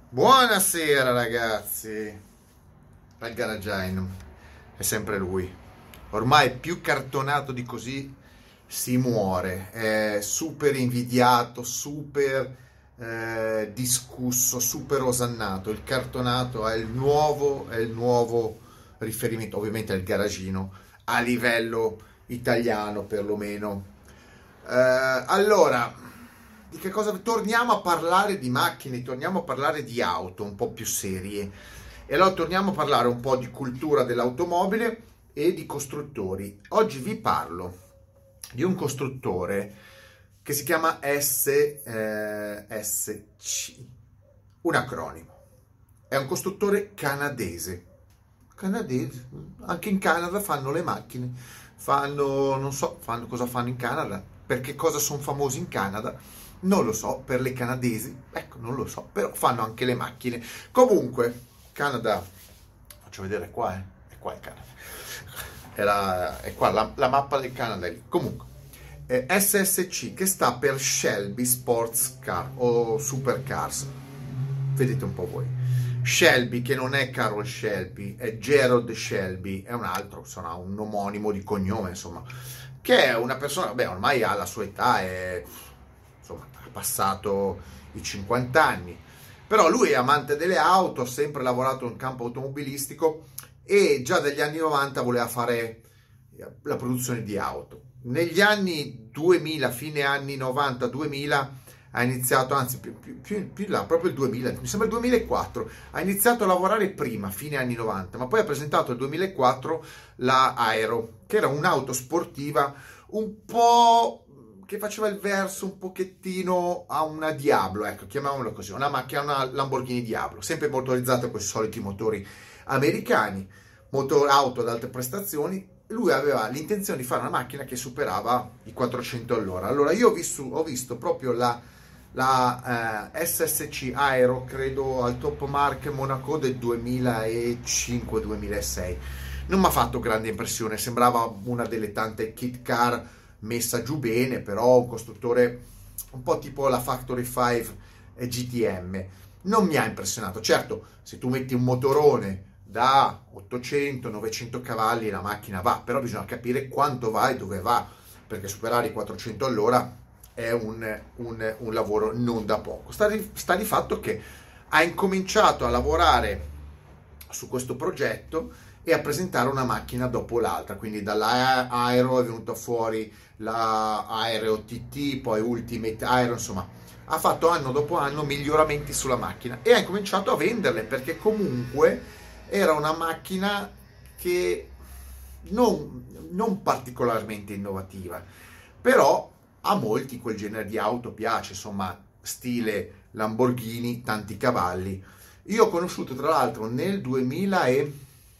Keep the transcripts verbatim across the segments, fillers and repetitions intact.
Buonasera ragazzi, al Garagiaino, è sempre lui. Ormai più cartonato di così si muore, è super invidiato, super eh, discusso, super osannato. Il cartonato è il nuovo, è il nuovo riferimento, ovviamente è il garagino, a livello italiano perlomeno. Eh, allora, di che cosa? Torniamo a parlare di macchine, torniamo a parlare di auto un po' più serie. E allora torniamo a parlare un po' di cultura dell'automobile e di costruttori. Oggi vi parlo di un costruttore che si chiama S, eh, S C, un acronimo. È un costruttore canadese. Canadese, anche in Canada fanno le macchine, fanno, non so, fanno cosa fanno in Canada, perché cosa sono famosi in Canada, non lo so, per le canadesi, ecco, non lo so, però fanno anche le macchine. Comunque, Canada, faccio vedere qua, eh, è qua il Canada, è, la, è qua la, la mappa del Canada, è lì. Comunque, eh, S S C, che sta per Shelby Sports Car o Supercars, vedete un po' voi. Shelby, che non è Carol Shelby, è Gerald Shelby, è un altro, sarà un omonimo di cognome, insomma, che è una persona, beh, ormai ha la sua età, è, insomma, ha passato i cinquanta anni, però lui è amante delle auto, ha sempre lavorato in campo automobilistico e già dagli anni novanta voleva fare la produzione di auto. Negli anni duemila, fine anni novanta duemila, ha iniziato, anzi più, più, più, più là, proprio il duemila, mi sembra il duemilaquattro, ha iniziato a lavorare prima, fine anni novanta, ma poi ha presentato nel duemilaquattro la Aero, che era un'auto sportiva un po' che faceva il verso un pochettino a una Diablo, ecco, chiamiamola così, una macchina, una Lamborghini Diablo, sempre motorizzata con i soliti motori americani, motor auto ad alte prestazioni. Lui aveva l'intenzione di fare una macchina che superava i quattrocento all'ora. Allora io ho visto, ho visto proprio la la eh, S S C Aero, credo al Top Mark Monaco del duemilacinque duemilasei. Non mi ha fatto grande impressione, sembrava una delle tante kit car messa giù bene, però un costruttore un po' tipo la Factory cinque G T M. Non mi ha impressionato. Certo, se tu metti un motorone da ottocento novecento cavalli la macchina va, però bisogna capire quanto va e dove va, perché superare i quattrocento all'ora è un, un, un lavoro non da poco. Sta di, sta di fatto che ha incominciato a lavorare su questo progetto e a presentare una macchina dopo l'altra, quindi dall'Aero è venuta fuori la Aero T T, poi Ultimate Aero, insomma ha fatto anno dopo anno miglioramenti sulla macchina e ha incominciato a venderle, perché comunque era una macchina che non, non particolarmente innovativa, però a molti quel genere di auto piace, insomma, stile Lamborghini, tanti cavalli. Io ho conosciuto tra l'altro nel duemila e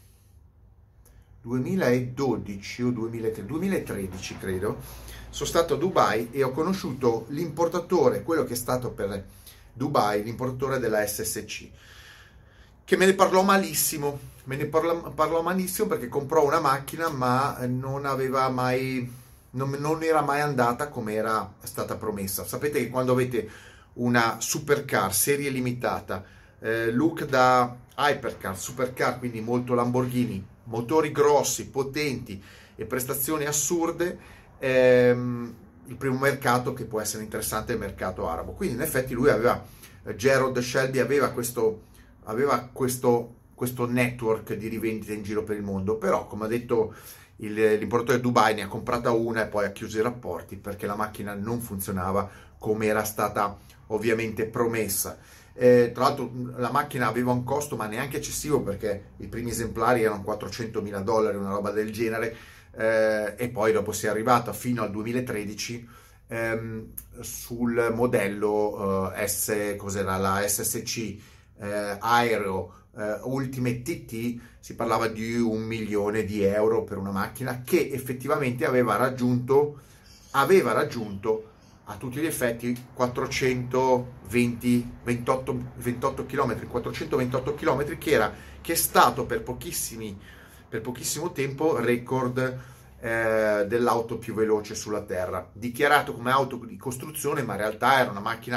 duemiladodici o duemilatredici, duemilatredici credo, sono stato a Dubai e ho conosciuto l'importatore, quello che è stato per Dubai, l'importatore della S S C, che me ne parlò malissimo, me ne parlò, parlò malissimo perché comprò una macchina ma non aveva mai... Non, non era mai andata come era stata promessa. Sapete che quando avete una supercar serie limitata, eh, look da hypercar, supercar, quindi molto Lamborghini, motori grossi, potenti e prestazioni assurde, ehm, il primo mercato che può essere interessante è il mercato arabo. Quindi in effetti lui aveva, eh, Gerald Shelby aveva questo, aveva questo, questo network di rivendita in giro per il mondo, però come ha detto il, l'importatore Dubai, ne ha comprata una e poi ha chiuso i rapporti perché la macchina non funzionava come era stata ovviamente promessa. Eh, tra l'altro la macchina aveva un costo ma neanche eccessivo, perché i primi esemplari erano quattrocentomila dollari, una roba del genere, eh, e poi dopo si è arrivata fino al duemilatredici ehm, sul modello eh, S, cos'era la S S C eh, Aero Uh, Ultimate T T, si parlava di un milione di euro per una macchina che effettivamente aveva raggiunto aveva raggiunto a tutti gli effetti quattrocentoventi ventotto chilometri, quattrocentoventotto chilometri, che era che è stato per pochissimi per pochissimo tempo record eh, dell'auto più veloce sulla terra, dichiarato come auto di costruzione, ma in realtà era una macchina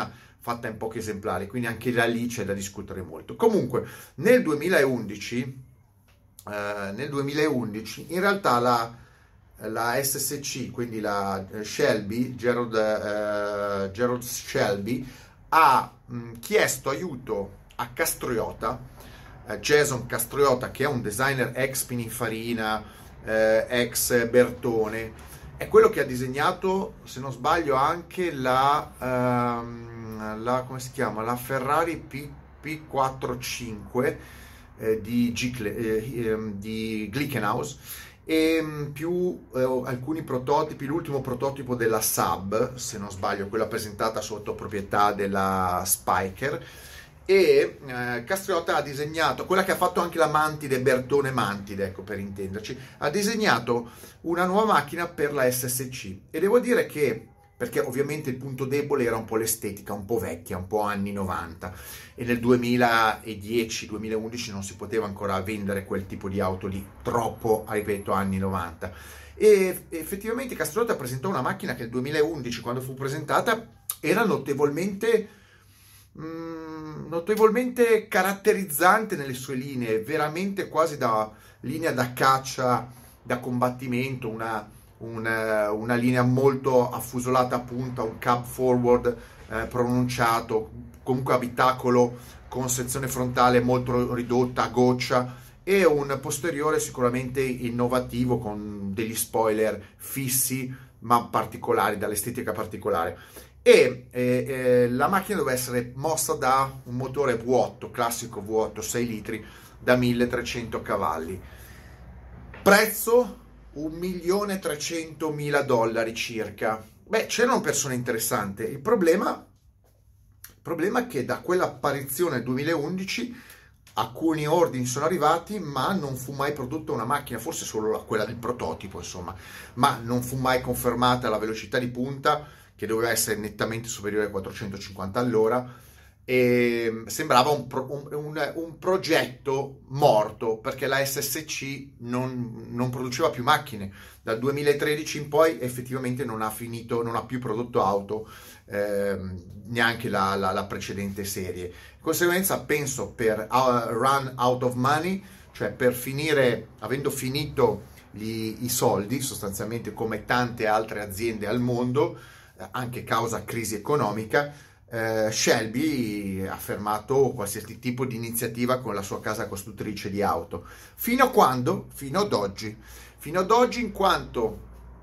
fatta in pochi esemplari, quindi anche da lì c'è da discutere molto. Comunque, nel duemilaundici, eh, nel duemilaundici in realtà la, la S S C, quindi la Shelby, Gerald, eh, Gerald Shelby, ha mh, chiesto aiuto a Castriota, eh, Jason Castriota, che è un designer ex Pininfarina, eh, ex Bertone, è quello che ha disegnato, se non sbaglio, anche la, ehm, la come si chiama? La Ferrari P, P quarantacinque eh, di, Gicle, eh, di Glickenhaus, e più eh, alcuni prototipi, l'ultimo prototipo della Saab, se non sbaglio, quella presentata sotto proprietà della Spyker. E eh, Castriota ha disegnato quella che ha fatto anche la Mantide, Bertone Mantide, ecco, per intenderci, ha disegnato una nuova macchina per la S S C, e devo dire che, perché ovviamente il punto debole era un po' l'estetica, un po' vecchia, un po' anni novanta, e nel duemiladieci duemilaundici non si poteva ancora vendere quel tipo di auto lì, troppo, ripeto, anni novanta. E effettivamente Castriota presentò una macchina che nel duemilaundici, quando fu presentata, era notevolmente Mm, notevolmente caratterizzante nelle sue linee, veramente quasi da linea da caccia, da combattimento, una, una, una linea molto affusolata a punta, un cab forward eh, pronunciato, comunque abitacolo con sezione frontale molto ridotta, a goccia, e un posteriore sicuramente innovativo con degli spoiler fissi ma particolari, dall'estetica particolare. E eh, eh, la macchina doveva essere mossa da un motore V otto, classico V otto sei litri, da milletrecento cavalli. Prezzo un milione trecentomila dollari circa. Beh, c'era un persone interessante. Il problema, il problema è che da quell'apparizione nel duemilaundici alcuni ordini sono arrivati, ma non fu mai prodotta una macchina, forse solo quella del prototipo, insomma, ma non fu mai confermata la velocità di punta, che doveva essere nettamente superiore ai quattrocentocinquanta all'ora, e sembrava un, pro, un, un, un progetto morto, perché la S S C non, non produceva più macchine. Dal duemilatredici in poi effettivamente non ha finito, non ha più prodotto auto, eh, neanche la, la, la precedente serie. Di conseguenza penso per uh, run out of money, cioè per finire, avendo finito gli, i soldi, sostanzialmente come tante altre aziende al mondo, anche causa crisi economica, eh, Shelby ha fermato qualsiasi tipo di iniziativa con la sua casa costruttrice di auto. Fino a quando? Fino ad oggi. Fino ad oggi, in quanto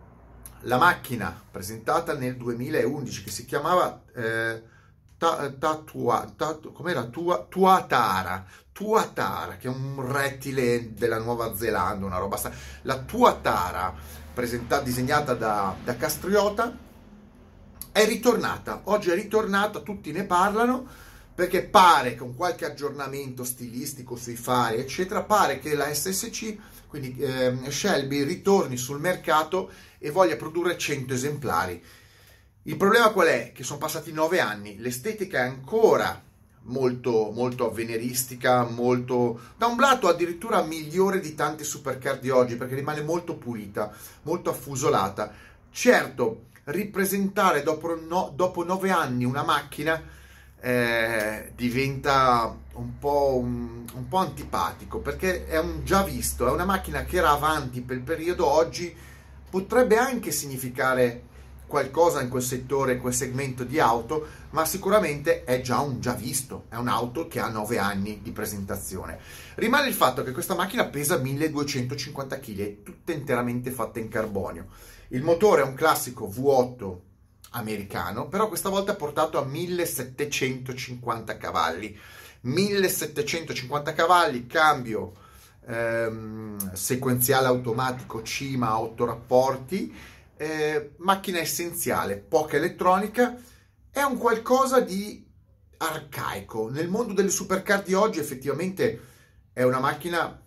la macchina presentata nel duemilaundici, che si chiamava eh, ta, tatua, tatu, com'era? Tua, Tuatara, Tuatara, che è un rettile della Nuova Zelanda, una roba sta- la Tuatara, presentata, disegnata da, da Castriota, è ritornata, oggi è ritornata, tutti ne parlano, perché pare, con qualche aggiornamento stilistico sui fari, eccetera, pare che la S S C, quindi eh, Shelby, ritorni sul mercato e voglia produrre cento esemplari. Il problema qual è? Che sono passati nove anni, l'estetica è ancora molto, molto avveniristica, molto, da un lato addirittura migliore di tante supercar di oggi, perché rimane molto pulita, molto affusolata. Certo, ripresentare dopo, no, dopo nove anni una macchina eh, diventa un po', un, un po' antipatico, perché è un già visto, è una macchina che era avanti per il periodo. Oggi potrebbe anche significare qualcosa in quel settore, in quel segmento di auto, ma sicuramente è già un già visto, è un'auto che ha nove anni di presentazione. Rimane il fatto che questa macchina pesa milleduecentocinquanta chili, è tutta interamente fatta in carbonio. Il motore è un classico V otto americano, però questa volta portato a millesettecentocinquanta cavalli. millesettecentocinquanta cavalli, cambio ehm, sequenziale automatico CIMA a otto rapporti, eh, macchina essenziale, poca elettronica, è un qualcosa di arcaico. Nel mondo delle supercar di oggi effettivamente è una macchina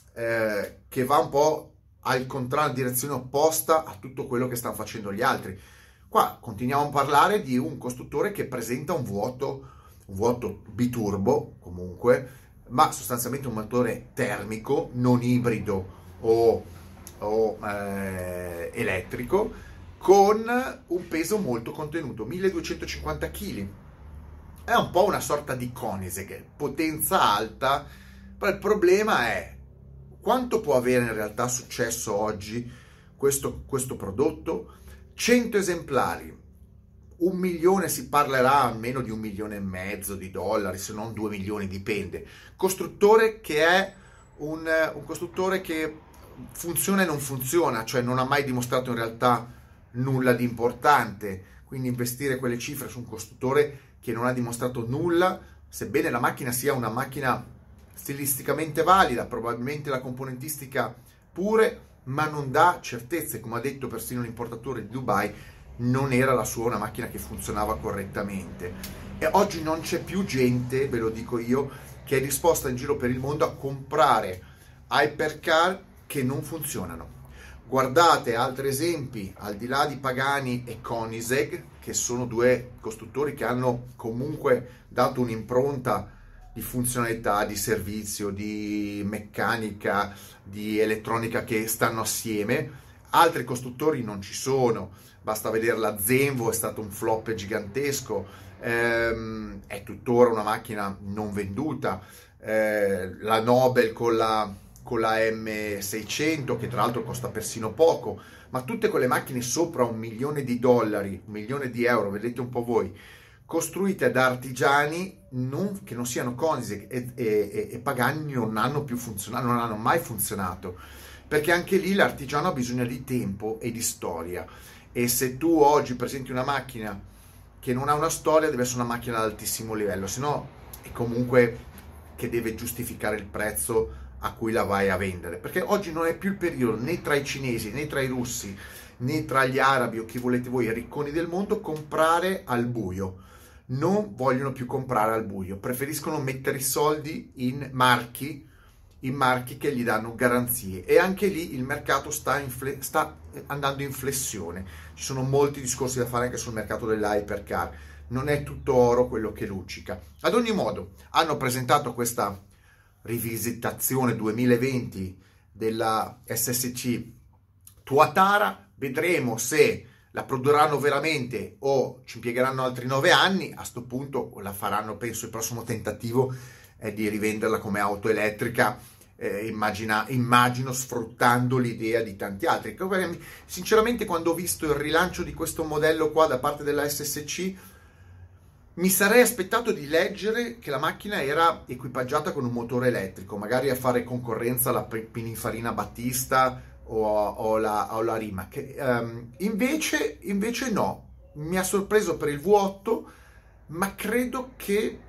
eh, che va un po' al contrario, in direzione opposta a tutto quello che stanno facendo gli altri. Qua continuiamo a parlare di un costruttore che presenta un V otto, un V otto biturbo comunque, ma sostanzialmente un motore termico, non ibrido o, o eh, elettrico, con un peso molto contenuto, milleduecentocinquanta chili. è un po' una sorta di Koenigsegg, potenza alta, però il problema è quanto può avere in realtà successo oggi questo, questo prodotto? cento esemplari, un milione, si parlerà almeno di un milione e mezzo di dollari, se non due milioni, dipende. Costruttore che è un, un costruttore che funziona e non funziona, cioè non ha mai dimostrato in realtà nulla di importante, quindi investire quelle cifre su un costruttore che non ha dimostrato nulla, sebbene la macchina sia una macchina stilisticamente valida, probabilmente la componentistica pure, ma non dà certezze, come ha detto persino l'importatore di Dubai, non era la sua una macchina che funzionava correttamente. E oggi non c'è più gente, ve lo dico io, che è disposta in giro per il mondo a comprare hypercar che non funzionano. Guardate altri esempi, al di là di Pagani e Koenigsegg, che sono due costruttori che hanno comunque dato un'impronta di funzionalità, di servizio, di meccanica, di elettronica che stanno assieme. Altri costruttori non ci sono, basta vedere la Zenvo, è stato un flop gigantesco, ehm, è tuttora una macchina non venduta, eh, la Nobel con la, con la M seicento, che tra l'altro costa persino poco, ma tutte quelle macchine sopra un milione di dollari, un milione di euro, vedete un po' voi, costruite da artigiani non, che non siano Koenigsegg e, e, e Pagani, non hanno più funzionato, non hanno mai funzionato, perché anche lì l'artigiano ha bisogno di tempo e di storia, e se tu oggi presenti una macchina che non ha una storia, deve essere una macchina ad altissimo livello, se no è comunque che deve giustificare il prezzo a cui la vai a vendere, perché oggi non è più il periodo né tra i cinesi né tra i russi né tra gli arabi o chi volete voi, i ricconi del mondo, comprare al buio. Non vogliono più comprare al buio, preferiscono mettere i soldi in marchi, in marchi che gli danno garanzie, e anche lì il mercato sta, infle- sta andando in flessione. Ci sono molti discorsi da fare anche sul mercato dell'hypercar, non è tutto oro quello che luccica. Ad ogni modo, hanno presentato questa rivisitazione duemilaventi della S S C Tuatara, vedremo se la produrranno veramente o ci impiegheranno altri nove anni. A sto punto la faranno, penso il prossimo tentativo è di rivenderla come auto elettrica, eh, immagina, immagino sfruttando l'idea di tanti altri. Sinceramente, quando ho visto il rilancio di questo modello qua da parte della S S C, mi sarei aspettato di leggere che la macchina era equipaggiata con un motore elettrico, magari a fare concorrenza alla Pininfarina Battista o, o, la, o la Rimac. Um, invece, invece no, mi ha sorpreso per il V otto, ma credo che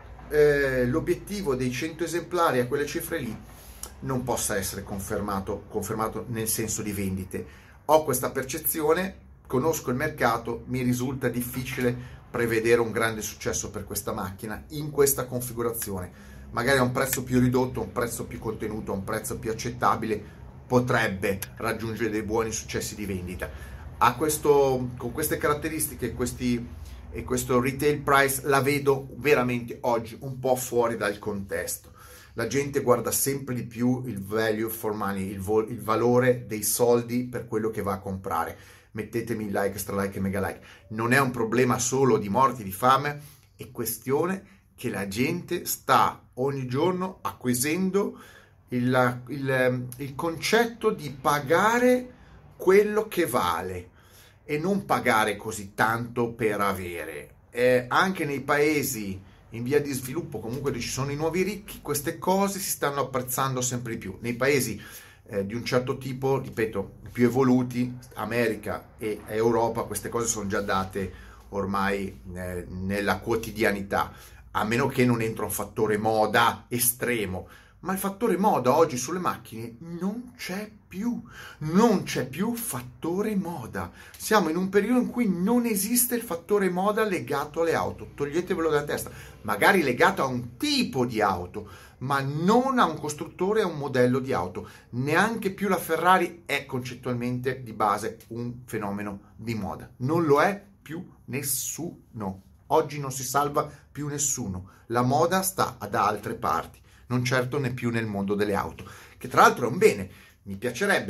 eh, l'obiettivo dei cento esemplari a quelle cifre lì non possa essere confermato, confermato nel senso di vendite. Ho questa percezione, conosco il mercato, mi risulta difficile prevedere un grande successo per questa macchina in questa configurazione. Magari a un prezzo più ridotto, un prezzo più contenuto, un prezzo più accettabile, potrebbe raggiungere dei buoni successi di vendita. A questo, con queste caratteristiche questi, e questo retail price la vedo veramente oggi un po' fuori dal contesto. La gente guarda sempre di più il value for money, il, vo- il valore dei soldi per quello che va a comprare. Mettetemi like, stra like e mega like. Non è un problema solo di morti di fame, è questione che la gente sta ogni giorno acquisendo il, il, il concetto di pagare quello che vale e non pagare così tanto per avere. Eh, anche nei paesi in via di sviluppo, comunque dove ci sono i nuovi ricchi, queste cose si stanno apprezzando sempre di più. Nei paesi eh, di un certo tipo, ripeto, più evoluti, America e Europa, queste cose sono già date ormai eh, nella quotidianità, a meno che non entra un fattore moda estremo. Ma il fattore moda oggi sulle macchine non c'è più, non c'è più fattore moda. Siamo in un periodo in cui non esiste il fattore moda legato alle auto, toglietevelo dalla testa, magari legato a un tipo di auto, ma non a un costruttore, a un modello di auto. Neanche più la Ferrari è concettualmente di base un fenomeno di moda, non lo è più nessuno. Oggi non si salva più nessuno, la moda sta da altre parti, non certo né più nel mondo delle auto, che tra l'altro è un bene. Mi piacerebbe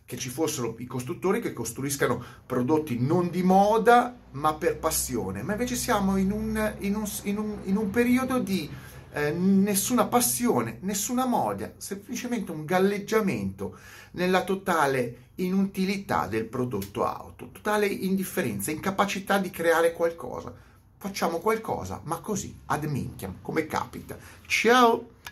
che ci fossero i costruttori che costruiscano prodotti non di moda ma per passione, ma invece siamo in un, in un, in un, in un periodo di eh, nessuna passione, nessuna moda, semplicemente un galleggiamento nella totale inutilità del prodotto auto, totale indifferenza, incapacità di creare qualcosa. Facciamo qualcosa, ma così, ad minchiam, come capita. Ciao!